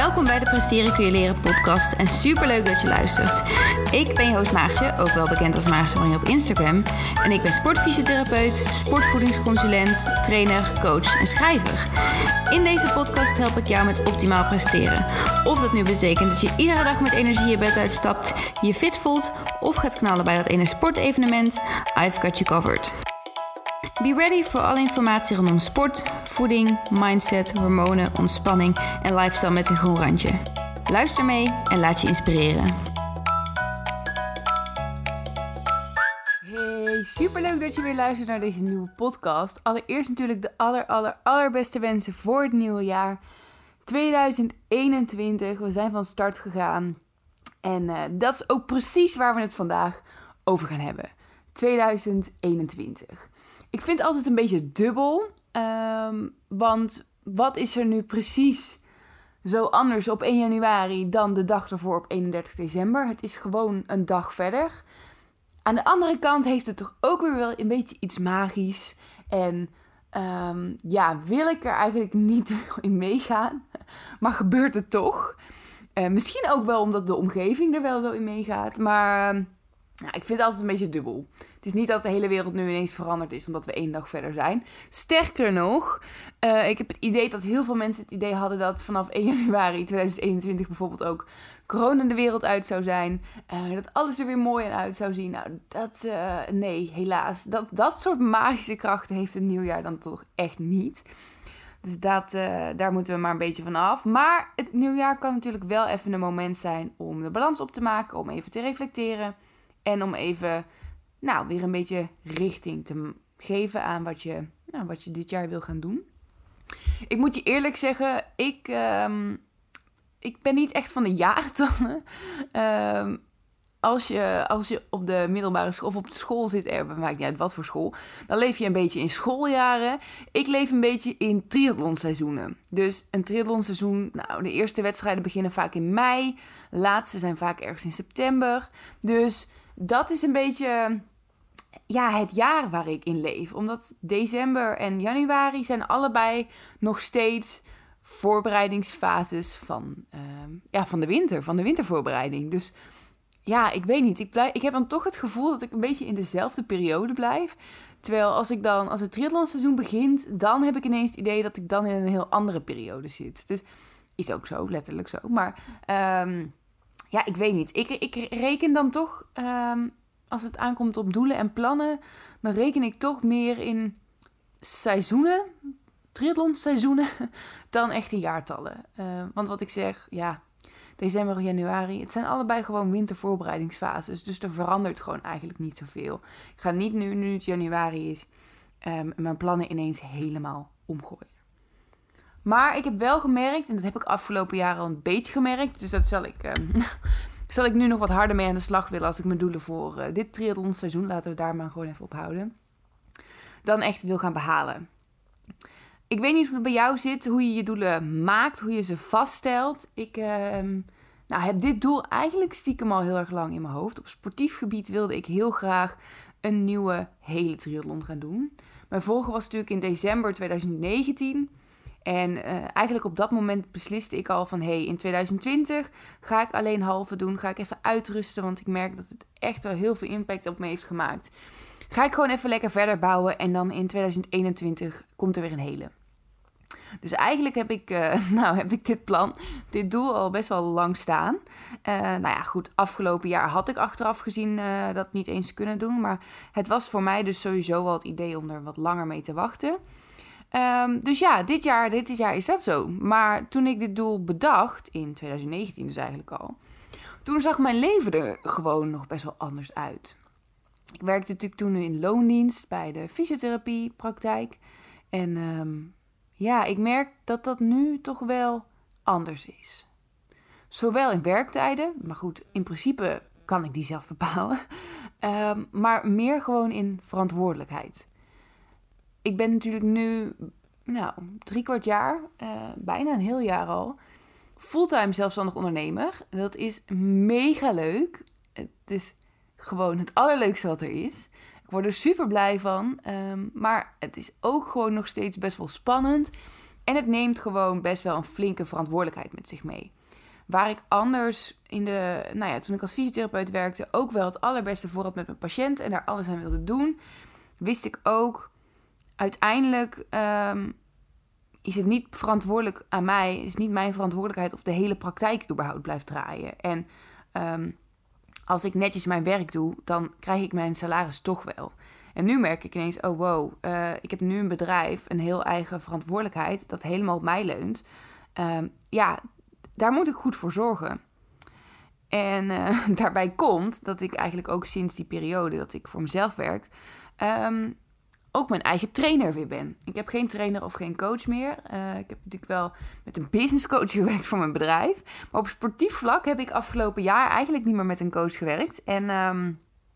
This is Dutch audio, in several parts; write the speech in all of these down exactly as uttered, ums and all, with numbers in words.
Welkom bij de Presteren kun je leren podcast en superleuk dat je luistert. Ik ben je host Maartje, ook wel bekend als Maartje Marijn op Instagram. En ik ben sportfysiotherapeut, sportvoedingsconsulent, trainer, coach en schrijver. In deze podcast help ik jou met optimaal presteren. Of dat nu betekent dat je iedere dag met energie je bed uitstapt, je fit voelt of gaat knallen bij dat ene sportevenement, I've got you covered. Be ready voor alle informatie rondom sport, voeding, mindset, hormonen, ontspanning en lifestyle met een groen randje. Luister mee en laat je inspireren. Hey, superleuk dat je weer luistert naar deze nieuwe podcast. Allereerst natuurlijk de aller, aller, allerbeste wensen voor het nieuwe jaar tweeduizend eenentwintig. We zijn van start gegaan en uh, dat is ook precies waar we het vandaag over gaan hebben. tweeduizend eenentwintig. Ik vind het altijd een beetje dubbel, um, want wat is er nu precies zo anders op één januari dan de dag ervoor op eenendertig december? Het is gewoon een dag verder. Aan de andere kant heeft het toch ook weer wel een beetje iets magisch. En um, ja, wil ik er eigenlijk niet in meegaan, maar gebeurt het toch. Uh, misschien ook wel omdat de omgeving er wel zo in meegaat, maar... Uh, Nou, ik vind het altijd een beetje dubbel. Het is niet dat de hele wereld nu ineens veranderd is omdat we één dag verder zijn. Sterker nog, uh, ik heb het idee dat heel veel mensen het idee hadden dat vanaf één januari tweeduizend eenentwintig bijvoorbeeld ook corona de wereld uit zou zijn. Uh, dat alles er weer mooi en uit zou zien. Nou, dat, uh, nee, helaas. Dat, dat soort magische krachten heeft het nieuwjaar dan toch echt niet. Dus dat, uh, daar moeten we maar een beetje van af. Maar het nieuwjaar kan natuurlijk wel even een moment zijn om de balans op te maken, om even te reflecteren. En om even, nou, weer een beetje richting te geven aan wat je, nou, wat je dit jaar wil gaan doen. Ik moet je eerlijk zeggen, ik, um, ik ben niet echt van de jaartallen. Um, als, je, als je op de middelbare school of op de school zit, er maakt niet uit wat voor school, dan leef je een beetje in schooljaren. Ik leef een beetje in triathlonseizoenen. Dus een triathlonseizoen, nou, de eerste wedstrijden beginnen vaak in mei. De laatste zijn vaak ergens in september. Dus... dat is een beetje ja, het jaar waar ik in leef. Omdat december en januari zijn allebei nog steeds voorbereidingsfases van, uh, ja, van de winter, van de wintervoorbereiding. Dus ja, ik weet niet. Ik, blijf, ik heb dan toch het gevoel dat ik een beetje in dezelfde periode blijf. Terwijl als ik dan, als het triathlonseizoen begint, dan heb ik ineens het idee dat ik dan in een heel andere periode zit. Dus is ook zo, letterlijk zo. Maar... Um, Ja, ik weet niet. Ik, ik reken dan toch, um, als het aankomt op doelen en plannen, dan reken ik toch meer in seizoenen, triathlonseizoenen, dan echt in jaartallen. Uh, want wat ik zeg, ja, december en januari, het zijn allebei gewoon wintervoorbereidingsfases. Dus er verandert gewoon eigenlijk niet zoveel. Ik ga niet nu, nu het januari is, um, mijn plannen ineens helemaal omgooien. Maar ik heb wel gemerkt, en dat heb ik afgelopen jaren al een beetje gemerkt, dus dat zal ik, um, zal ik nu nog wat harder mee aan de slag willen als ik mijn doelen voor uh, dit triathlonseizoen, laten we daar maar gewoon even op houden, dan echt wil gaan behalen. Ik weet niet hoe het bij jou zit, hoe je je doelen maakt, hoe je ze vaststelt. Ik uh, nou, heb dit doel eigenlijk stiekem al heel erg lang in mijn hoofd. Op sportief gebied wilde ik heel graag een nieuwe hele triathlon gaan doen. Mijn vorige was natuurlijk in december tweeduizend negentien... En uh, eigenlijk op dat moment besliste ik al van... hé, hey, in tweeduizend twintig ga ik alleen halve doen. Ga ik even uitrusten, want ik merk dat het echt wel heel veel impact op me heeft gemaakt. Ga ik gewoon even lekker verder bouwen. En dan in tweeduizend eenentwintig komt er weer een hele. Dus eigenlijk heb ik, uh, nou, heb ik dit plan, dit doel al best wel lang staan. Uh, nou ja, goed, afgelopen jaar had ik achteraf gezien uh, dat niet eens kunnen doen. Maar het was voor mij dus sowieso wel het idee om er wat langer mee te wachten. Um, dus ja, dit jaar, dit jaar is dat zo. Maar toen ik dit doel bedacht, in tweeduizend negentien dus eigenlijk al, toen zag mijn leven er gewoon nog best wel anders uit. Ik werkte natuurlijk toen in loondienst bij de fysiotherapiepraktijk. En um, ja, ik merk dat dat nu toch wel anders is. Zowel in werktijden, maar goed, in principe kan ik die zelf bepalen. Um, maar meer gewoon in verantwoordelijkheid. Ik ben natuurlijk nu, nou, drie kwart jaar, uh, bijna een heel jaar al, fulltime zelfstandig ondernemer. Dat is mega leuk. Het is gewoon het allerleukste wat er is. Ik word er super blij van. Um, maar het is ook gewoon nog steeds best wel spannend. En het neemt gewoon best wel een flinke verantwoordelijkheid met zich mee. Waar ik anders in de, nou ja, toen ik als fysiotherapeut werkte, ook wel het allerbeste voor had met mijn patiënt en daar alles aan wilde doen, wist ik ook, uiteindelijk um, is het niet verantwoordelijk aan mij, is niet mijn verantwoordelijkheid of de hele praktijk überhaupt blijft draaien. En um, als ik netjes mijn werk doe, dan krijg ik mijn salaris toch wel. En nu merk ik ineens, oh wow, uh, ik heb nu een bedrijf, een heel eigen verantwoordelijkheid, dat helemaal op mij leunt. Um, ja, daar moet ik goed voor zorgen. En uh, daarbij komt dat ik eigenlijk ook sinds die periode dat ik voor mezelf werk, um, ook mijn eigen trainer weer ben. Ik heb geen trainer of geen coach meer. Uh, ik heb natuurlijk wel met een business coach gewerkt voor mijn bedrijf. Maar op sportief vlak heb ik afgelopen jaar eigenlijk niet meer met een coach gewerkt. En um,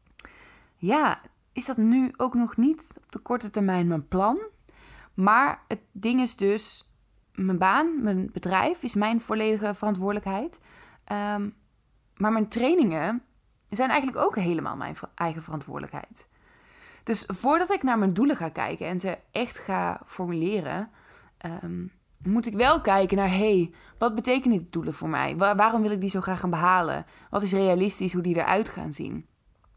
ja, is dat nu ook nog niet op de korte termijn mijn plan. Maar het ding is dus, mijn baan, mijn bedrijf is mijn volledige verantwoordelijkheid. Um, maar mijn trainingen zijn eigenlijk ook helemaal mijn eigen verantwoordelijkheid. Dus voordat ik naar mijn doelen ga kijken en ze echt ga formuleren, um, moet ik wel kijken naar, hey, wat betekenen die doelen voor mij? Waar, waarom wil ik die zo graag gaan behalen? Wat is realistisch, hoe die eruit gaan zien?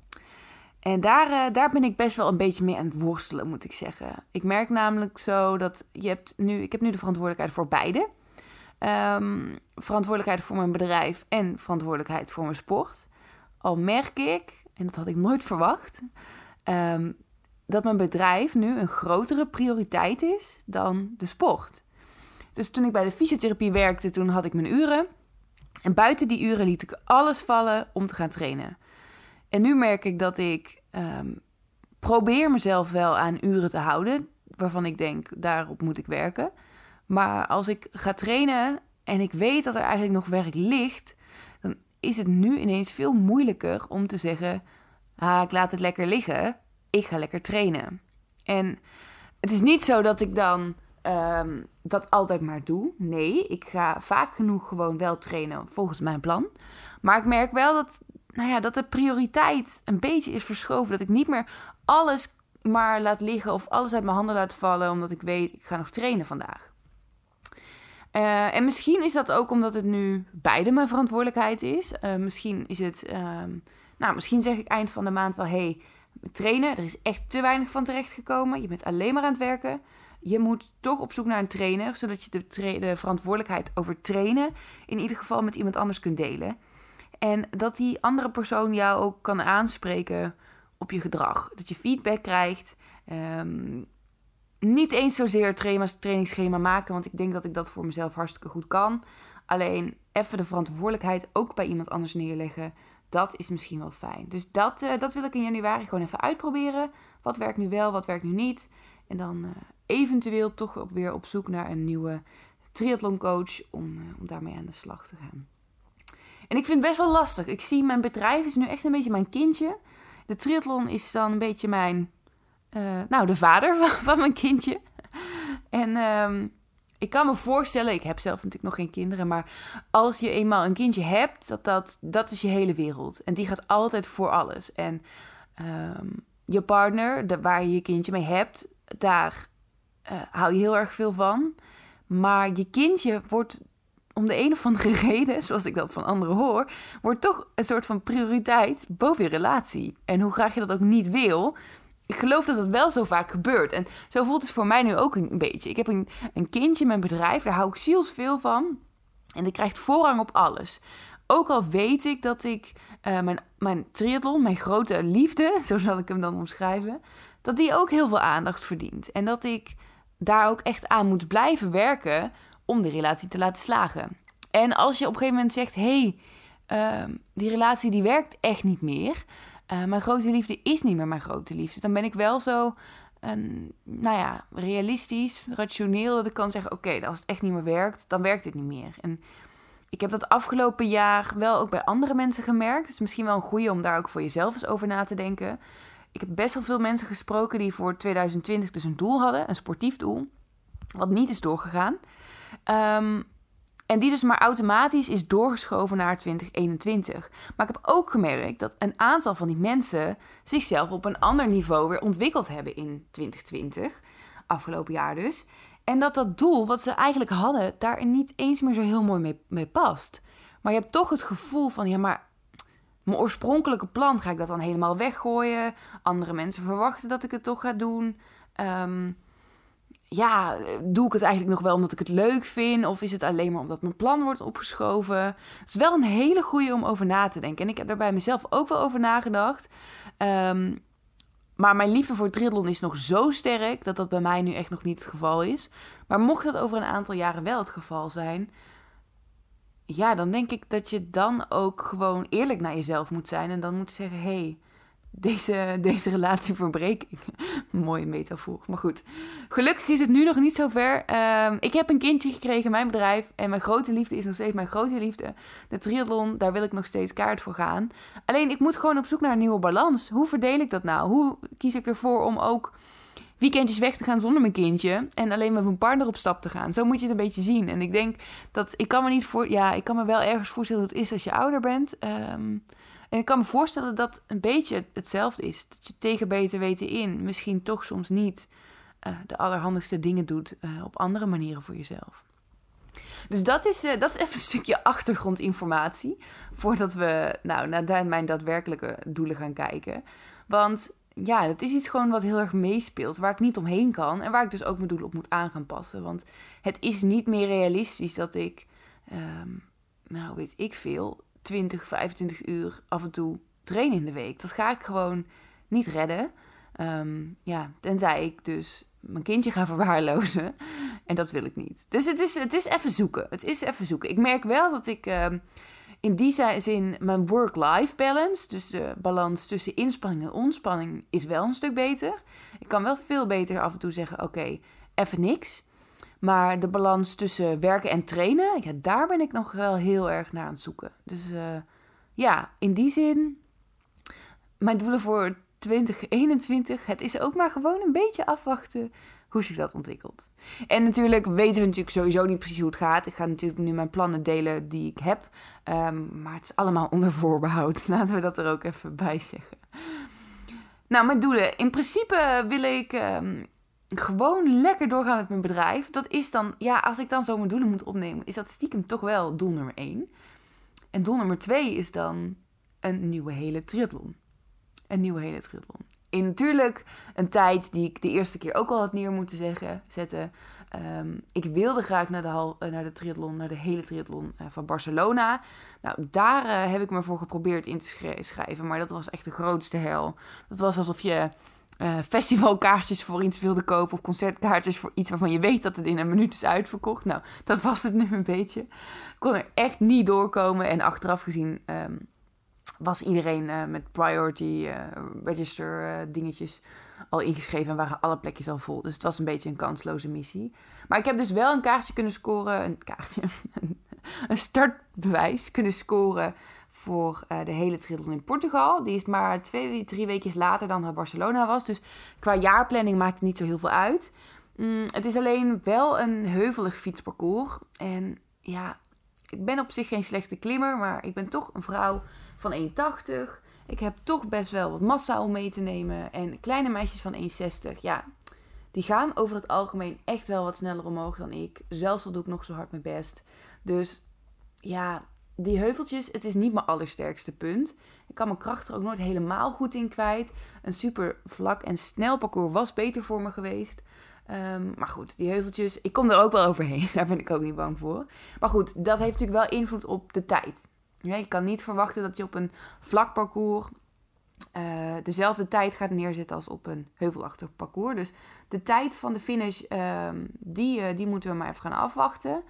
En daar, uh, daar ben ik best wel een beetje mee aan het worstelen, moet ik zeggen. Ik merk namelijk zo dat je hebt nu, ik heb nu de verantwoordelijkheid voor beide. Um, verantwoordelijkheid voor mijn bedrijf en verantwoordelijkheid voor mijn sport. Al merk ik, en dat had ik nooit verwacht, um, dat mijn bedrijf nu een grotere prioriteit is dan de sport. Dus toen ik bij de fysiotherapie werkte, toen had ik mijn uren. En buiten die uren liet ik alles vallen om te gaan trainen. En nu merk ik dat ik um, probeer mezelf wel aan uren te houden, waarvan ik denk, daarop moet ik werken. Maar als ik ga trainen en ik weet dat er eigenlijk nog werk ligt, dan is het nu ineens veel moeilijker om te zeggen, ah, ik laat het lekker liggen, ik ga lekker trainen. En het is niet zo dat ik dan um, dat altijd maar doe. Nee, ik ga vaak genoeg gewoon wel trainen volgens mijn plan. Maar ik merk wel dat, nou ja, dat de prioriteit een beetje is verschoven. Dat ik niet meer alles maar laat liggen of alles uit mijn handen laat vallen, omdat ik weet, ik ga nog trainen vandaag. Uh, en misschien is dat ook omdat het nu beide mijn verantwoordelijkheid is. Uh, misschien is het, uh, nou, misschien zeg ik eind van de maand wel, hey, trainen, er is echt te weinig van terechtgekomen. Je bent alleen maar aan het werken. Je moet toch op zoek naar een trainer, zodat je de, tra- de verantwoordelijkheid over trainen in ieder geval met iemand anders kunt delen. En dat die andere persoon jou ook kan aanspreken op je gedrag. Dat je feedback krijgt. Um, niet eens zozeer trainingsschema maken, want ik denk dat ik dat voor mezelf hartstikke goed kan. Alleen even de verantwoordelijkheid ook bij iemand anders neerleggen, dat is misschien wel fijn. Dus dat, uh, dat wil ik in januari gewoon even uitproberen. Wat werkt nu wel, wat werkt nu niet? En dan uh, eventueel toch op, weer op zoek naar een nieuwe triathloncoach om, uh, om daarmee aan de slag te gaan. En ik vind het best wel lastig. Ik zie mijn bedrijf is nu echt een beetje mijn kindje. De triathlon is dan een beetje mijn, uh, nou, de vader van, van mijn kindje. En um, ik kan me voorstellen, ik heb zelf natuurlijk nog geen kinderen, maar als je eenmaal een kindje hebt, dat, dat, dat is je hele wereld. En die gaat altijd voor alles. En um, je partner, de, waar je je kindje mee hebt, daar uh, hou je heel erg veel van. Maar je kindje wordt om de een of andere reden, zoals ik dat van anderen hoor, wordt toch een soort van prioriteit boven je relatie. En hoe graag je dat ook niet wil, ik geloof dat dat wel zo vaak gebeurt. En zo voelt het voor mij nu ook een beetje. Ik heb een, een kindje in mijn bedrijf, daar hou ik zielsveel van. En die krijgt voorrang op alles. Ook al weet ik dat ik uh, mijn, mijn triathlon, mijn grote liefde, zo zal ik hem dan omschrijven, dat die ook heel veel aandacht verdient. En dat ik daar ook echt aan moet blijven werken om de relatie te laten slagen. En als je op een gegeven moment zegt, hé, hey, uh, die relatie die werkt echt niet meer. Uh, mijn grote liefde is niet meer mijn grote liefde. Dan ben ik wel zo, uh, nou ja, realistisch, rationeel, dat ik kan zeggen, oké, okay, als het echt niet meer werkt, dan werkt het niet meer. En ik heb dat afgelopen jaar wel ook bij andere mensen gemerkt. Het is misschien wel een goeie om daar ook voor jezelf eens over na te denken. Ik heb best wel veel mensen gesproken die voor twintig twintig dus een doel hadden, een sportief doel, wat niet is doorgegaan. Um, en die dus maar automatisch is doorgeschoven naar twintig eenentwintig. Maar ik heb ook gemerkt dat een aantal van die mensen zichzelf op een ander niveau weer ontwikkeld hebben in twintig twintig. Afgelopen jaar dus. En dat dat doel wat ze eigenlijk hadden, daar niet eens meer zo heel mooi mee, mee past. Maar je hebt toch het gevoel van, ja, maar mijn oorspronkelijke plan, ga ik dat dan helemaal weggooien? Andere mensen verwachten dat ik het toch ga doen. Um, ja, doe ik het eigenlijk nog wel omdat ik het leuk vind? Of is het alleen maar omdat mijn plan wordt opgeschoven? Het is wel een hele goeie om over na te denken. En ik heb daar bij mezelf ook wel over nagedacht. Um, maar mijn liefde voor triathlon is nog zo sterk dat dat bij mij nu echt nog niet het geval is. Maar mocht dat over een aantal jaren wel het geval zijn, ja, dan denk ik dat je dan ook gewoon eerlijk naar jezelf moet zijn. En dan moet zeggen, hé, hey, deze, deze relatie verbreek ik. Mooie metafoor, maar goed. Gelukkig is het nu nog niet zo ver. Um, ik heb een kindje gekregen in mijn bedrijf. En mijn grote liefde is nog steeds mijn grote liefde. De triathlon, daar wil ik nog steeds kaart voor gaan. Alleen, ik moet gewoon op zoek naar een nieuwe balans. Hoe verdeel ik dat nou? Hoe kies ik ervoor om ook weekendjes weg te gaan zonder mijn kindje en alleen met mijn partner op stap te gaan? Zo moet je het een beetje zien. En ik denk dat, ik kan me niet voor, ja, ik kan me wel ergens voorstellen hoe het is als je ouder bent. Um, en ik kan me voorstellen dat een beetje hetzelfde is. Dat je tegen beter weten in misschien toch soms niet uh, de allerhandigste dingen doet uh, op andere manieren voor jezelf. Dus dat is, uh, dat is even een stukje achtergrondinformatie voordat we nou, naar mijn daadwerkelijke doelen gaan kijken. Want ja, dat is iets gewoon wat heel erg meespeelt, waar ik niet omheen kan en waar ik dus ook mijn doelen op moet aan gaan passen. Want het is niet meer realistisch dat ik, um, nou weet ik veel, twintig, vijfentwintig uur af en toe train in de week. Dat ga ik gewoon niet redden. Um, ja, tenzij ik dus mijn kindje ga verwaarlozen. En dat wil ik niet. Dus het is, het is even zoeken. Het is even zoeken. Ik merk wel dat ik um, in die zin mijn work-life balance, dus de balans tussen inspanning en ontspanning, is wel een stuk beter. Ik kan wel veel beter af en toe zeggen, oké, okay, even niks. Maar de balans tussen werken en trainen, ja, daar ben ik nog wel heel erg naar aan het zoeken. Dus uh, ja, in die zin, mijn doelen voor twintig eenentwintig, het is ook maar gewoon een beetje afwachten hoe zich dat ontwikkelt. En natuurlijk weten we natuurlijk sowieso niet precies hoe het gaat. Ik ga natuurlijk nu mijn plannen delen die ik heb. Um, maar het is allemaal onder voorbehoud. Laten we dat er ook even bij zeggen. Nou, mijn doelen. In principe wil ik Um, gewoon lekker doorgaan met mijn bedrijf. Dat is dan, ja, als ik dan zo mijn doelen moet opnemen, is dat stiekem toch wel doel nummer één. En doel nummer twee is dan een nieuwe hele triathlon. Een nieuwe hele triathlon. In natuurlijk een tijd die ik de eerste keer ook al had neer moeten zeggen, zetten. Um, ik wilde graag naar de, hal, uh, naar de triathlon, naar de hele triathlon uh, van Barcelona. Nou, daar uh, heb ik me voor geprobeerd in te schrijven, maar dat was echt de grootste hel. Dat was alsof je Uh, festivalkaartjes voor iets wilde kopen of concertkaartjes voor iets waarvan je weet dat het in een minuut is uitverkocht. Nou, dat was het nu een beetje. Ik kon er echt niet doorkomen en achteraf gezien um, was iedereen uh, met priority uh, register uh, dingetjes al ingeschreven en waren alle plekjes al vol. Dus het was een beetje een kansloze missie. Maar ik heb dus wel een kaartje kunnen scoren, een kaartje, een startbewijs kunnen scoren voor uh, de hele triathlon in Portugal. Die is maar twee, drie weken later dan naar Barcelona was. Dus qua jaarplanning maakt het niet zo heel veel uit. Mm, het is alleen wel een heuvelig fietsparcours. En ja, ik ben op zich geen slechte klimmer, maar ik ben toch een vrouw van één tachtig. Ik heb toch best wel wat massa om mee te nemen. En kleine meisjes van één zestig, ja, die gaan over het algemeen echt wel wat sneller omhoog dan ik. Zelfs al doe ik nog zo hard mijn best. Dus ja, die heuveltjes, het is niet mijn allersterkste punt. Ik kan mijn kracht er ook nooit helemaal goed in kwijt. Een super vlak en snel parcours was beter voor me geweest. Um, maar goed, die heuveltjes, ik kom er ook wel overheen. Daar ben ik ook niet bang voor. Maar goed, dat heeft natuurlijk wel invloed op de tijd. Ja, je kan niet verwachten dat je op een vlak parcours uh, dezelfde tijd gaat neerzetten als op een heuvelachtig parcours. Dus de tijd van de finish, um, die, uh, die moeten we maar even gaan afwachten.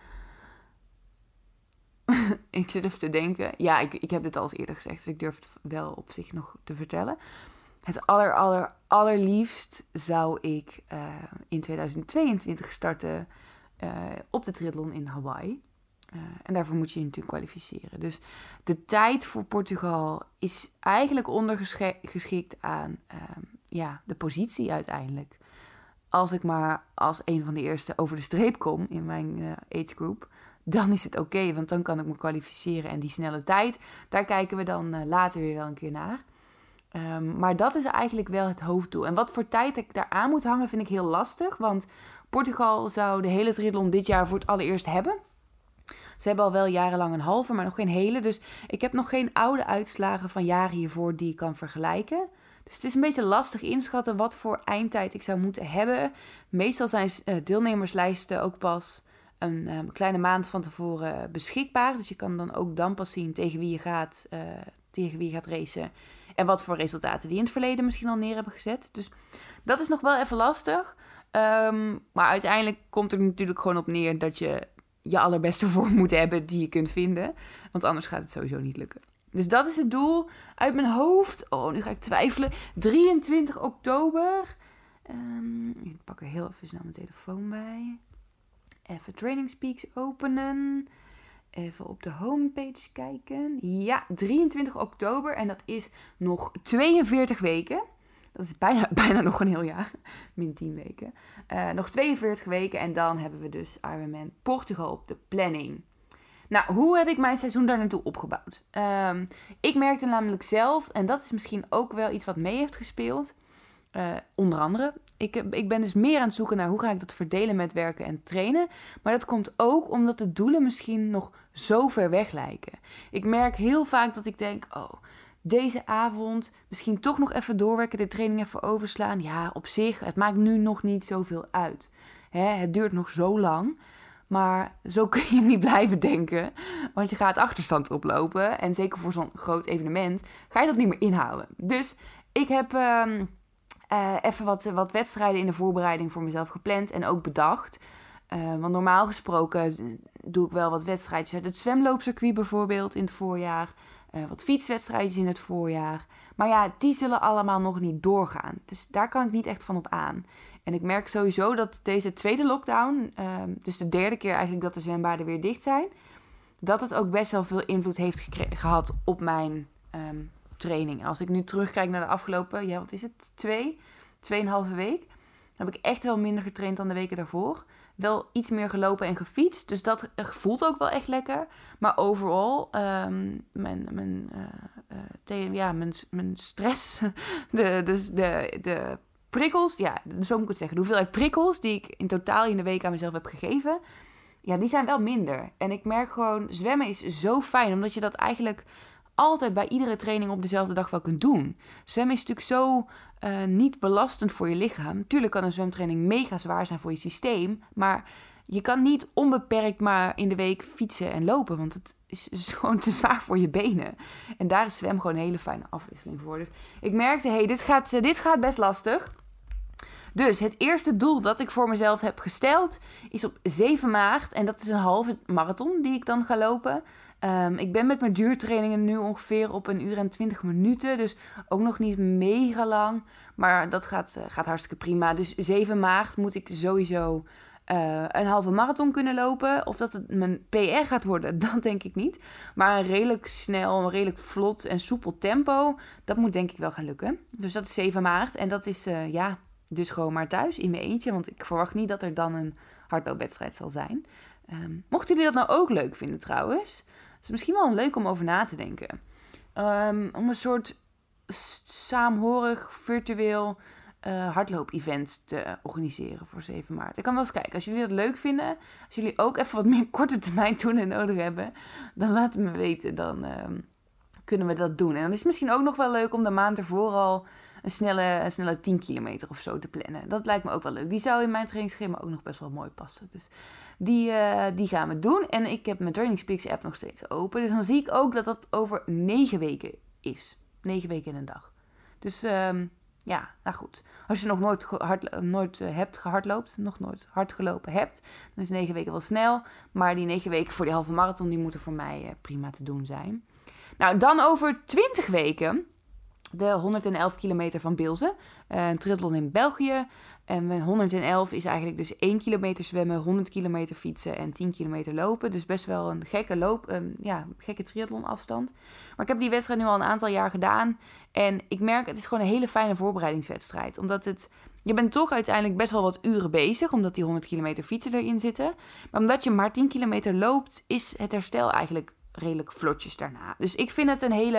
Ik zit even te denken. Ja, ik, ik heb dit al eens eerder gezegd, dus ik durf het wel op zich nog te vertellen. Het aller, aller, allerliefst zou ik uh, in tweeduizend tweeëntwintig starten uh, op de triathlon in Hawaii. Uh, en daarvoor moet je je natuurlijk kwalificeren. Dus de tijd voor Portugal is eigenlijk ondergeschikt aan uh, ja, de positie uiteindelijk. Als ik maar als een van de eerste over de streep kom in mijn uh, age group, dan is het oké, okay, want dan kan ik me kwalificeren. En die snelle tijd, daar kijken we dan uh, later weer wel een keer naar. Um, maar dat is eigenlijk wel het hoofddoel. En wat voor tijd ik daar aan moet hangen vind ik heel lastig. Want Portugal zou de hele triathlon dit jaar voor het allereerst hebben. Ze hebben al wel jarenlang een halve, maar nog geen hele. Dus ik heb nog geen oude uitslagen van jaren hiervoor die ik kan vergelijken. Dus het is een beetje lastig inschatten wat voor eindtijd ik zou moeten hebben. Meestal zijn uh, deelnemerslijsten ook pas een uh, kleine maand van tevoren beschikbaar. Dus je kan dan ook dan pas zien tegen wie je gaat, uh, tegen wie je gaat racen. En wat voor resultaten die in het verleden misschien al neer hebben gezet. Dus dat is nog wel even lastig. Um, maar uiteindelijk komt er natuurlijk gewoon op neer dat je je allerbeste vorm moet hebben die je kunt vinden. Want anders gaat het sowieso niet lukken. Dus dat is het doel. Uit mijn hoofd. Oh, nu ga ik twijfelen. drieëntwintig oktober. Um, ik pak er heel even snel mijn telefoon bij. Even Training Peaks openen. Even op de homepage kijken. Ja, drieëntwintig oktober. En dat is nog tweeënveertig weken. Dat is bijna, bijna nog een heel jaar. Min tien weken. Uh, nog tweeënveertig weken. En dan hebben we dus Ironman Portugal op de planning. Nou, hoe heb ik mijn seizoen daar naartoe opgebouwd? Um, ik merkte namelijk zelf, en dat is misschien ook wel iets wat mee heeft gespeeld. Uh, onder andere, ik, ik ben dus meer aan het zoeken naar hoe ga ik dat verdelen met werken en trainen. Maar dat komt ook omdat de doelen misschien nog zo ver weg lijken. Ik merk heel vaak dat ik denk, oh, deze avond misschien toch nog even doorwerken, de training even overslaan. Ja, op zich, het maakt nu nog niet zoveel uit. Hè, het duurt nog zo lang. Maar zo kun je niet blijven denken. Want je gaat achterstand oplopen. En zeker voor zo'n groot evenement ga je dat niet meer inhouden. Dus ik heb um, uh, even wat, wat wedstrijden in de voorbereiding voor mezelf gepland. En ook bedacht. Uh, want normaal gesproken doe ik wel wat wedstrijdjes uit het zwemloopcircuit bijvoorbeeld in het voorjaar. Uh, wat fietswedstrijdjes in het voorjaar. Maar ja, die zullen allemaal nog niet doorgaan. Dus daar kan ik niet echt van op aan. En ik merk sowieso dat deze tweede lockdown, uh, dus de derde keer eigenlijk dat de zwembaden weer dicht zijn, dat het ook best wel veel invloed heeft gekre- gehad op mijn um, training. Als ik nu terugkijk naar de afgelopen, ja wat is het, twee, tweeënhalve week, heb ik echt wel minder getraind dan de weken daarvoor. Wel iets meer gelopen en gefietst, dus dat voelt ook wel echt lekker. Maar overal, um, mijn, mijn, uh, uh, te- ja, mijn, mijn stress, de, de, de, de prikkels, ja, zo moet ik het zeggen. De hoeveelheid prikkels die ik in totaal in de week aan mezelf heb gegeven, ja, die zijn wel minder. En ik merk gewoon, zwemmen is zo fijn, omdat je dat eigenlijk altijd bij iedere training op dezelfde dag wel kunt doen. Zwemmen is natuurlijk zo uh, niet belastend voor je lichaam. Tuurlijk kan een zwemtraining mega zwaar zijn voor je systeem, maar je kan niet onbeperkt maar in de week fietsen en lopen, want het is gewoon te zwaar voor je benen. En daar is zwem gewoon een hele fijne afwisseling voor. Dus ik merkte, hé, hey, dit gaat, uh, dit gaat best lastig. Dus het eerste doel dat ik voor mezelf heb gesteld is op zeven maart. En dat is een halve marathon die ik dan ga lopen. Um, ik ben met mijn duurtrainingen nu ongeveer op een uur en twintig minuten. Dus ook nog niet mega lang. Maar dat gaat, uh, gaat hartstikke prima. Dus zeven maart moet ik sowieso uh, een halve marathon kunnen lopen. Of dat het mijn P R gaat worden, dat denk ik niet. Maar een redelijk snel, een redelijk vlot en soepel tempo, dat moet denk ik wel gaan lukken. Dus dat is zeven maart. En dat is, uh, ja... Dus gewoon maar thuis in mijn eentje. Want ik verwacht niet dat er dan een hardloopwedstrijd zal zijn. Um, mochten jullie dat nou ook leuk vinden trouwens. Dat is misschien wel leuk om over na te denken. Um, om een soort saamhorig virtueel uh, hardloop-event te organiseren voor zeven maart. Ik kan wel eens kijken. Als jullie dat leuk vinden. Als jullie ook even wat meer korte termijn doelen nodig hebben. Dan laat het me weten. Dan um, kunnen we dat doen. En dan is het misschien ook nog wel leuk om de maand ervoor al Een snelle, een snelle tien kilometer of zo te plannen. Dat lijkt me ook wel leuk. Die zou in mijn trainingsschema ook nog best wel mooi passen. Dus die, uh, die gaan we doen. En ik heb mijn Training Peaks app nog steeds open. Dus dan zie ik ook dat dat over negen weken is. Negen weken in een dag. Dus um, ja, nou goed. Als je nog nooit, hard, nooit uh, hebt gehardloopt, nog nooit hard gelopen hebt, dan is negen weken wel snel. Maar die negen weken voor die halve marathon, die moeten voor mij uh, prima te doen zijn. Nou, dan over twintig weken... de honderdelf kilometer van Bilzen, een triathlon in België. En honderdelf is eigenlijk dus één kilometer zwemmen, honderd kilometer fietsen en tien kilometer lopen. Dus best wel een gekke loop, um, ja, gekke triathlon afstand. Maar ik heb die wedstrijd nu al een aantal jaar gedaan. En ik merk, het is gewoon een hele fijne voorbereidingswedstrijd. Omdat het, je bent toch uiteindelijk best wel wat uren bezig, omdat die honderd kilometer fietsen erin zitten. Maar omdat je maar tien kilometer loopt, is het herstel eigenlijk redelijk vlotjes daarna. Dus ik vind het een hele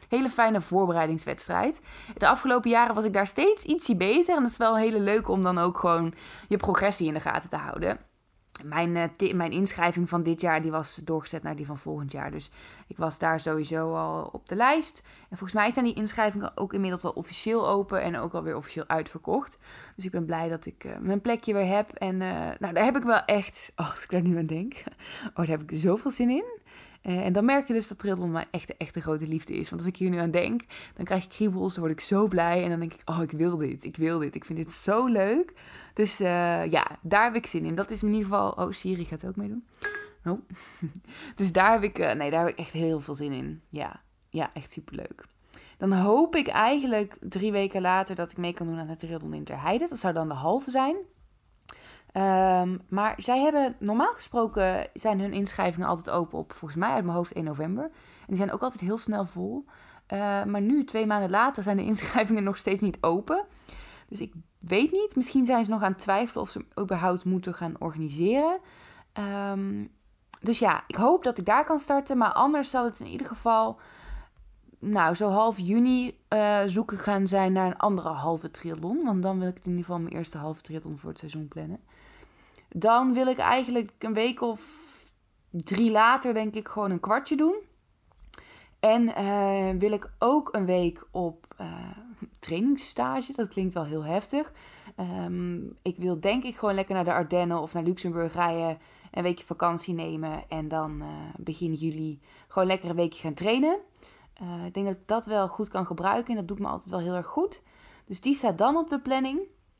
hele fijne voorbereidingswedstrijd. De afgelopen jaren was ik daar steeds ietsie beter. En dat is wel een hele leuke om dan ook gewoon je progressie in de gaten te houden. Mijn, uh, t- mijn inschrijving van dit jaar die was doorgezet naar die van volgend jaar. Dus ik was daar sowieso al op de lijst. En volgens mij zijn die inschrijvingen ook inmiddels wel officieel open en ook alweer officieel uitverkocht. Dus ik ben blij dat ik uh, mijn plekje weer heb. En uh, nou, daar heb ik wel echt, oh, als ik daar nu aan denk, oh, daar heb ik zoveel zin in. Uh, en dan merk je dus dat triathlon mijn echte, echte grote liefde is. Want als ik hier nu aan denk, dan krijg ik kriebels, dan word ik zo blij. En dan denk ik, oh, ik wil dit, ik wil dit. Ik vind dit zo leuk. Dus uh, ja, daar heb ik zin in. Dat is in ieder geval... Oh, Siri gaat ook meedoen. Oh. Dus daar heb ik... Uh, nee, daar heb ik echt heel veel zin in. Ja, ja, echt superleuk. Dan hoop ik eigenlijk drie weken later dat ik mee kan doen aan het triathlon in Ter Heide. Dat zou dan de halve zijn. Um, maar zij hebben... Normaal gesproken zijn hun inschrijvingen altijd open op, volgens mij uit mijn hoofd, één november. En die zijn ook altijd heel snel vol. Uh, maar nu, twee maanden later, zijn de inschrijvingen nog steeds niet open. Dus ik weet niet. Misschien zijn ze nog aan het twijfelen of ze überhaupt moeten gaan organiseren. Um, dus ja, ik hoop dat ik daar kan starten. Maar anders zal het in ieder geval... Nou, zo half juni uh, zoeken gaan zijn naar een andere halve triathlon. Want dan wil ik in ieder geval mijn eerste halve triathlon voor het seizoen plannen. Dan wil ik eigenlijk een week of drie later, denk ik, gewoon een kwartje doen. En uh, wil ik ook een week op uh, trainingsstage. Dat klinkt wel heel heftig. Um, ik wil denk ik gewoon lekker naar de Ardennen of naar Luxemburg rijden. Een weekje vakantie nemen. En dan uh, begin juli gewoon lekker een weekje gaan trainen. Uh, ik denk dat ik dat wel goed kan gebruiken. En dat doet me altijd wel heel erg goed. Dus die staat dan op de planning.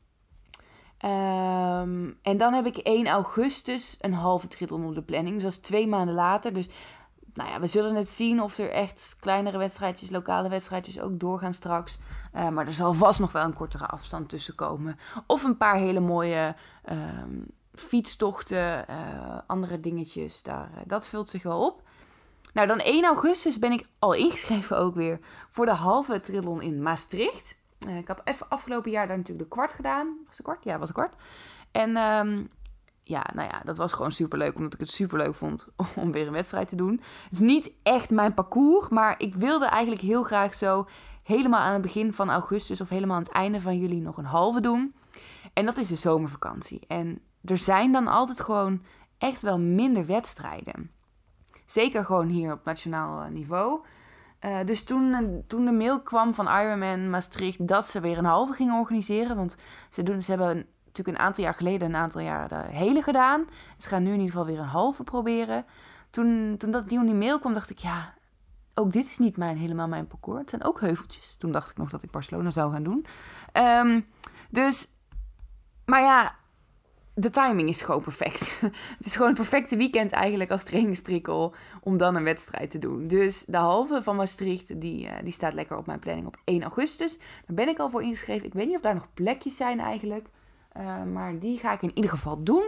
Um, en dan heb ik één augustus een halve triathlon op de planning. Dus dat is twee maanden later. Dus nou ja, we zullen het zien of er echt kleinere wedstrijdjes, lokale wedstrijdjes ook doorgaan straks. Uh, maar er zal vast nog wel een kortere afstand tussen komen. Of een paar hele mooie um, fietstochten, uh, andere dingetjes. Daar, uh, dat vult zich wel op. Nou, dan één augustus ben ik al ingeschreven ook weer voor de halve triathlon in Maastricht. Uh, ik heb even afgelopen jaar daar natuurlijk de kwart gedaan. Was het kwart? Ja, was het kwart. En um, ja, nou ja, dat was gewoon superleuk. Omdat ik het superleuk vond om weer een wedstrijd te doen. Het is niet echt mijn parcours. Maar ik wilde eigenlijk heel graag zo helemaal aan het begin van augustus of helemaal aan het einde van juli nog een halve doen. En dat is de zomervakantie. En er zijn dan altijd gewoon echt wel minder wedstrijden. Zeker gewoon hier op nationaal niveau. Uh, dus toen, toen de mail kwam van Ironman Maastricht dat ze weer een halve gingen organiseren. Want ze, doen, ze hebben natuurlijk een aantal jaar geleden een aantal jaar de hele gedaan. Ze gaan nu in ieder geval weer een halve proberen. Toen, toen dat, die, die mail kwam dacht ik, ja, ook dit is niet mijn, helemaal mijn parcours. Het zijn ook heuveltjes. Toen dacht ik nog dat ik Barcelona zou gaan doen. Um, dus, maar ja, de timing is gewoon perfect. Het is gewoon een perfecte weekend eigenlijk als trainingsprikkel om dan een wedstrijd te doen. Dus de halve van Maastricht, die, uh, die staat lekker op mijn planning op één augustus. Daar ben ik al voor ingeschreven. Ik weet niet of daar nog plekjes zijn eigenlijk. Uh, maar die ga ik in ieder geval doen.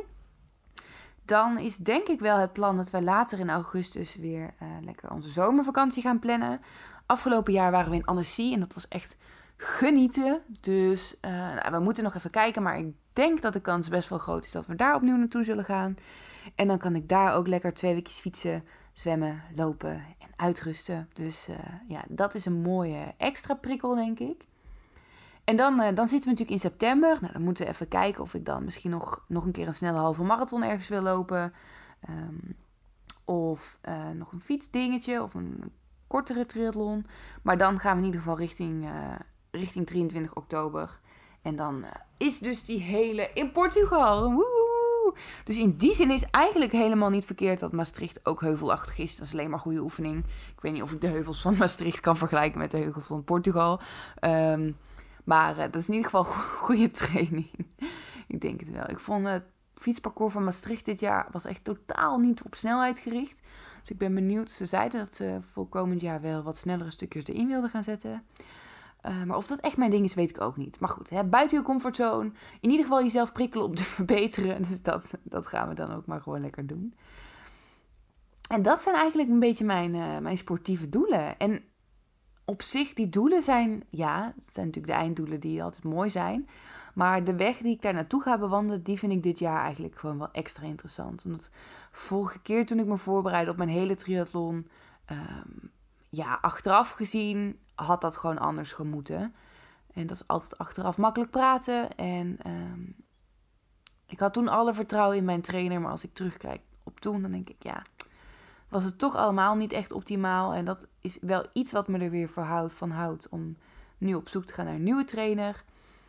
Dan is denk ik wel het plan dat we later in augustus weer uh, lekker onze zomervakantie gaan plannen. Afgelopen jaar waren we in Annecy en dat was echt genieten. Dus uh, nou, we moeten nog even kijken, maar ik denk dat de kans best wel groot is dat we daar opnieuw naartoe zullen gaan. En dan kan ik daar ook lekker twee weekjes fietsen, zwemmen, lopen en uitrusten. Dus uh, ja, dat is een mooie extra prikkel, denk ik. En dan, uh, dan zitten we natuurlijk in september. Nou, dan moeten we even kijken of ik dan misschien nog, nog een keer een snelle halve marathon ergens wil lopen. Um, of uh, nog een fietsdingetje of een kortere triathlon. Maar dan gaan we in ieder geval richting, uh, richting drieëntwintig oktober. En dan uh, is dus die hele in Portugal. Woehoe! Dus in die zin is eigenlijk helemaal niet verkeerd dat Maastricht ook heuvelachtig is. Dat is alleen maar goede oefening. Ik weet niet of ik de heuvels van Maastricht kan vergelijken met de heuvels van Portugal. Um, maar uh, dat is in ieder geval goede training. Ik denk het wel. Ik vond het fietsparcours van Maastricht dit jaar was echt totaal niet op snelheid gericht. Dus ik ben benieuwd. Ze zeiden dat ze voor komend jaar wel wat snellere stukjes erin wilden gaan zetten. Uh, maar of dat echt mijn ding is, weet ik ook niet. Maar goed, hè, buiten je comfortzone. In ieder geval jezelf prikkelen om te verbeteren. Dus dat, dat gaan we dan ook maar gewoon lekker doen. En dat zijn eigenlijk een beetje mijn, uh, mijn sportieve doelen. En op zich, die doelen zijn, ja, het zijn natuurlijk de einddoelen die altijd mooi zijn. Maar de weg die ik daar naartoe ga bewandelen, die vind ik dit jaar eigenlijk gewoon wel extra interessant. Omdat vorige keer toen ik me voorbereidde op mijn hele triathlon, um, ja, achteraf gezien had dat gewoon anders gemoeten. En dat is altijd achteraf makkelijk praten. En um, ik had toen alle vertrouwen in mijn trainer. Maar als ik terugkijk op toen, dan denk ik, ja, was het toch allemaal niet echt optimaal. En dat is wel iets wat me er weer voor van houdt om nu op zoek te gaan naar een nieuwe trainer.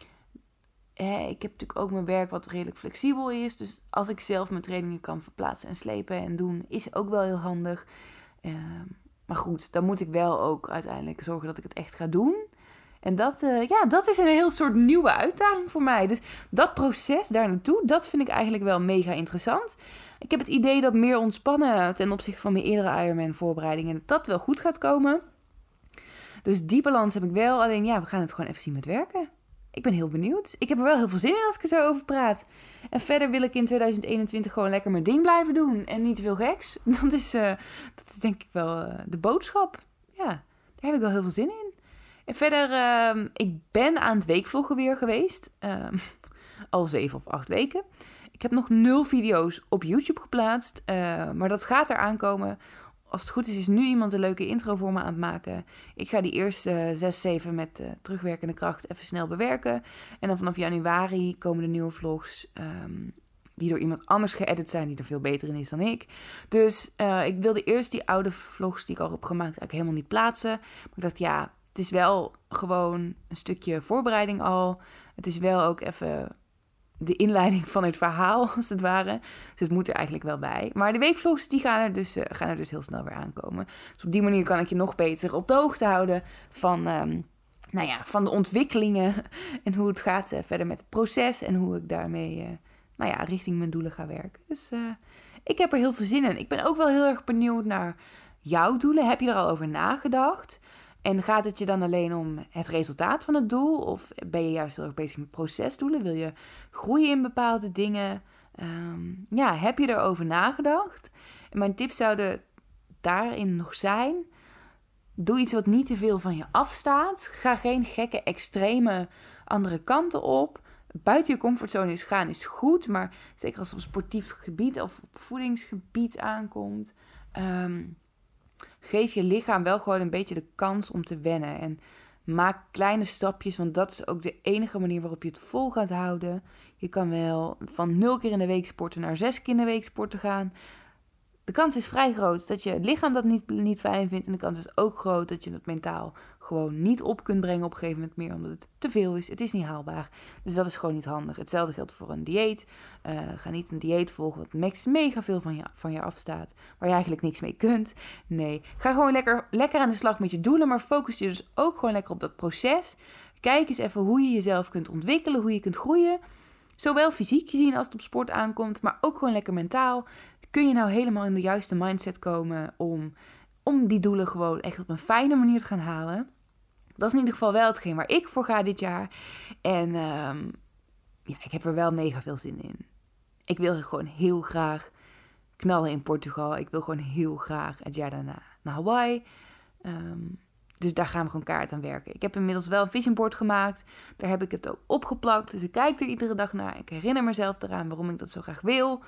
Eh, ik heb natuurlijk ook mijn werk wat redelijk flexibel is. Dus als ik zelf mijn trainingen kan verplaatsen en slepen en doen, is ook wel heel handig. Uh, maar goed, dan moet ik wel ook uiteindelijk zorgen dat ik het echt ga doen. En dat, uh, ja, dat is een heel soort nieuwe uitdaging voor mij. Dus dat proces daar naartoe, dat vind ik eigenlijk wel mega interessant. Ik heb het idee dat meer ontspannen ten opzichte van mijn eerdere Ironman voorbereidingen, dat wel goed gaat komen. Dus die balans heb ik wel. Alleen ja, we gaan het gewoon even zien met werken. Ik ben heel benieuwd. Ik heb er wel heel veel zin in als ik er zo over praat. En verder wil ik in tweeduizend eenentwintig gewoon lekker mijn ding blijven doen. En niet te veel geks. Dat is, uh, dat is denk ik wel uh, de boodschap. Ja, daar heb ik wel heel veel zin in. En verder, uh, ik ben aan het weekvloggen weer geweest. Uh, al zeven of acht weken. Ik heb nog nul video's op YouTube geplaatst. Uh, maar dat gaat eraan komen. Als het goed is, is nu iemand een leuke intro voor me aan het maken. Ik ga die eerste zes, zeven met uh, terugwerkende kracht even snel bewerken. En dan vanaf januari komen de nieuwe vlogs um, die door iemand anders geëdit zijn, die er veel beter in is dan ik. Dus uh, ik wilde eerst die oude vlogs die ik al heb gemaakt eigenlijk helemaal niet plaatsen. Maar ik dacht, ja, het is wel gewoon een stukje voorbereiding al. Het is wel ook even de inleiding van het verhaal, als het ware. Dus het moet er eigenlijk wel bij. Maar de weekvlogs, die gaan er dus, uh, gaan er dus heel snel weer aankomen. Dus op die manier kan ik je nog beter op de hoogte houden van, um, nou ja, van de ontwikkelingen. En hoe het gaat uh, verder met het proces. En hoe ik daarmee uh, nou ja, richting mijn doelen ga werken. Dus uh, ik heb er heel veel zin in. Ik ben ook wel heel erg benieuwd naar jouw doelen. Heb je er al over nagedacht? En gaat het je dan alleen om het resultaat van het doel? Of ben je juist heel erg bezig met procesdoelen? Wil je groeien in bepaalde dingen? Um, ja, heb je erover nagedacht? En mijn tips zouden daarin nog zijn: doe iets wat niet te veel van je afstaat. Ga geen gekke, extreme andere kanten op. Buiten je comfortzone is gaan is goed. Maar zeker als het op sportief gebied of op voedingsgebied aankomt, Um, geef je lichaam wel gewoon een beetje de kans om te wennen. En maak kleine stapjes, want dat is ook de enige manier waarop je het vol gaat houden. Je kan wel van nul keer in de week sporten naar zes keer in de week sporten gaan. De kans is vrij groot dat je het lichaam dat niet, niet fijn vindt. En de kans is ook groot dat je het mentaal gewoon niet op kunt brengen op een gegeven moment meer. Omdat het te veel is. Het is niet haalbaar. Dus dat is gewoon niet handig. Hetzelfde geldt voor een dieet. Uh, ga niet een dieet volgen wat max mega veel van je, van je afstaat. Waar je eigenlijk niks mee kunt. Nee. Ga gewoon lekker, lekker aan de slag met je doelen. Maar focus je dus ook gewoon lekker op dat proces. Kijk eens even hoe je jezelf kunt ontwikkelen. Hoe je kunt groeien. Zowel fysiek gezien als het op sport aankomt. Maar ook gewoon lekker mentaal. Kun je nou helemaal in de juiste mindset komen om, om die doelen gewoon echt op een fijne manier te gaan halen? Dat is in ieder geval wel hetgeen waar ik voor ga dit jaar. En um, ja, ik heb er wel mega veel zin in. Ik wil gewoon heel graag knallen in Portugal. Ik wil gewoon heel graag het jaar daarna naar Hawaii. Um, dus daar gaan we gewoon kaart aan werken. Ik heb inmiddels wel een vision board gemaakt. Daar heb ik het ook opgeplakt. Dus ik kijk er iedere dag naar. Ik herinner mezelf eraan waarom ik dat zo graag wil.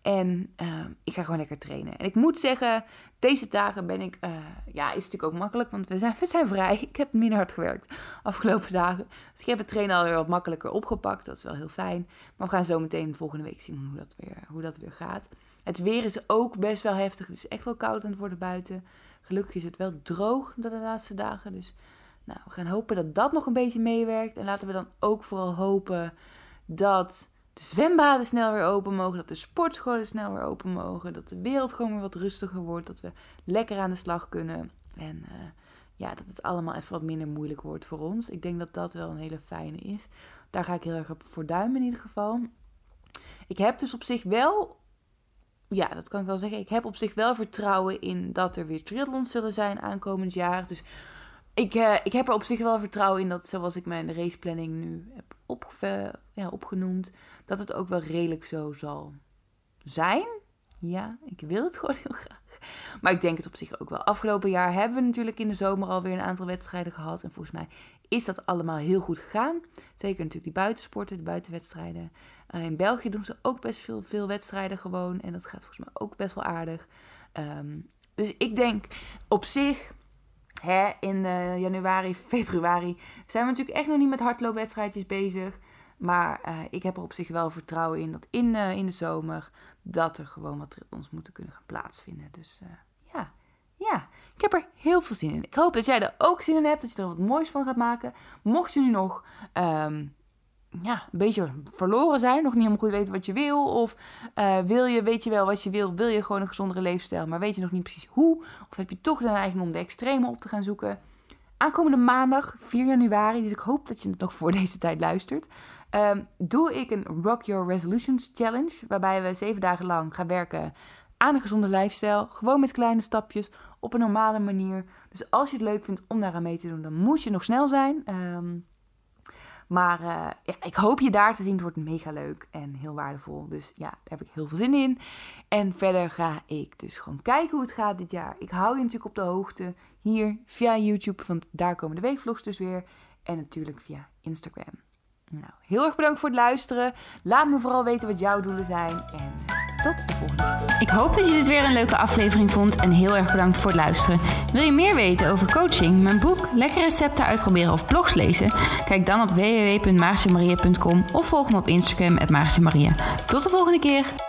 En uh, ik ga gewoon lekker trainen. En ik moet zeggen, deze dagen ben ik... Uh, ja, is natuurlijk ook makkelijk, want we zijn, we zijn vrij. Ik heb minder hard gewerkt afgelopen dagen. Dus ik heb het trainen alweer wat makkelijker opgepakt. Dat is wel heel fijn. Maar we gaan zo meteen volgende week zien hoe dat weer, hoe dat weer gaat. Het weer is ook best wel heftig. Het is echt wel koud aan het worden buiten. Gelukkig is het wel droog de laatste dagen. Dus nou, we gaan hopen dat dat nog een beetje meewerkt. En laten we dan ook vooral hopen dat de zwembaden snel weer open mogen, dat de sportscholen snel weer open mogen, dat de wereld gewoon weer wat rustiger wordt, dat we lekker aan de slag kunnen en uh, ja, dat het allemaal even wat minder moeilijk wordt voor ons. Ik denk dat dat wel een hele fijne is. Daar ga ik heel erg op voor duimen in ieder geval. Ik heb dus op zich wel, ja, dat kan ik wel zeggen, ik heb op zich wel vertrouwen in dat er weer triathlons zullen zijn aankomend jaar. Dus ik, uh, ik heb er op zich wel vertrouwen in dat, zoals ik mijn raceplanning nu heb opge- ja, opgenoemd, dat het ook wel redelijk zo zal zijn. Ja, ik wil het gewoon heel graag. Maar ik denk het op zich ook wel. Afgelopen jaar hebben we natuurlijk in de zomer alweer een aantal wedstrijden gehad. En volgens mij is dat allemaal heel goed gegaan. Zeker natuurlijk die buitensporten, de buitenwedstrijden. Uh, in België doen ze ook best veel, veel wedstrijden gewoon. En dat gaat volgens mij ook best wel aardig. Um, dus ik denk op zich hè, in uh, januari, februari zijn we natuurlijk echt nog niet met hardloopwedstrijdjes bezig. Maar uh, ik heb er op zich wel vertrouwen in dat in, uh, in de zomer dat er gewoon wat triathlons moeten kunnen gaan plaatsvinden. Dus uh, ja, ja, ik heb er heel veel zin in. Ik hoop dat jij er ook zin in hebt, dat je er wat moois van gaat maken. Mocht je nu nog um, ja, een beetje verloren zijn, nog niet helemaal goed weten wat je wil. Of uh, wil je, weet je wel wat je wil, wil je gewoon een gezondere leefstijl, maar weet je nog niet precies hoe. Of heb je toch de neiging om de extreme op te gaan zoeken. Aankomende maandag, vier januari, dus ik hoop dat je het nog voor deze tijd luistert. Um, doe ik een Rock Your Resolutions Challenge, waarbij we zeven dagen lang gaan werken aan een gezonde lifestyle. Gewoon met kleine stapjes, op een normale manier. Dus als je het leuk vindt om daaraan mee te doen, dan moet je nog snel zijn. Um, maar uh, ja, ik hoop je daar te zien. Het wordt mega leuk en heel waardevol. Dus ja, daar heb ik heel veel zin in. En verder ga ik dus gewoon kijken hoe het gaat dit jaar. Ik hou je natuurlijk op de hoogte hier via YouTube, want daar komen de weekvlogs dus weer. En natuurlijk via Instagram. Nou, heel erg bedankt voor het luisteren. Laat me vooral weten wat jouw doelen zijn. En tot de volgende keer. Ik hoop dat je dit weer een leuke aflevering vond. En heel erg bedankt voor het luisteren. Wil je meer weten over coaching, mijn boek, lekkere recepten uitproberen of blogs lezen? Kijk dan op w w w punt maartjemaria punt com of volg me op Instagram at maartjemaria. Tot de volgende keer.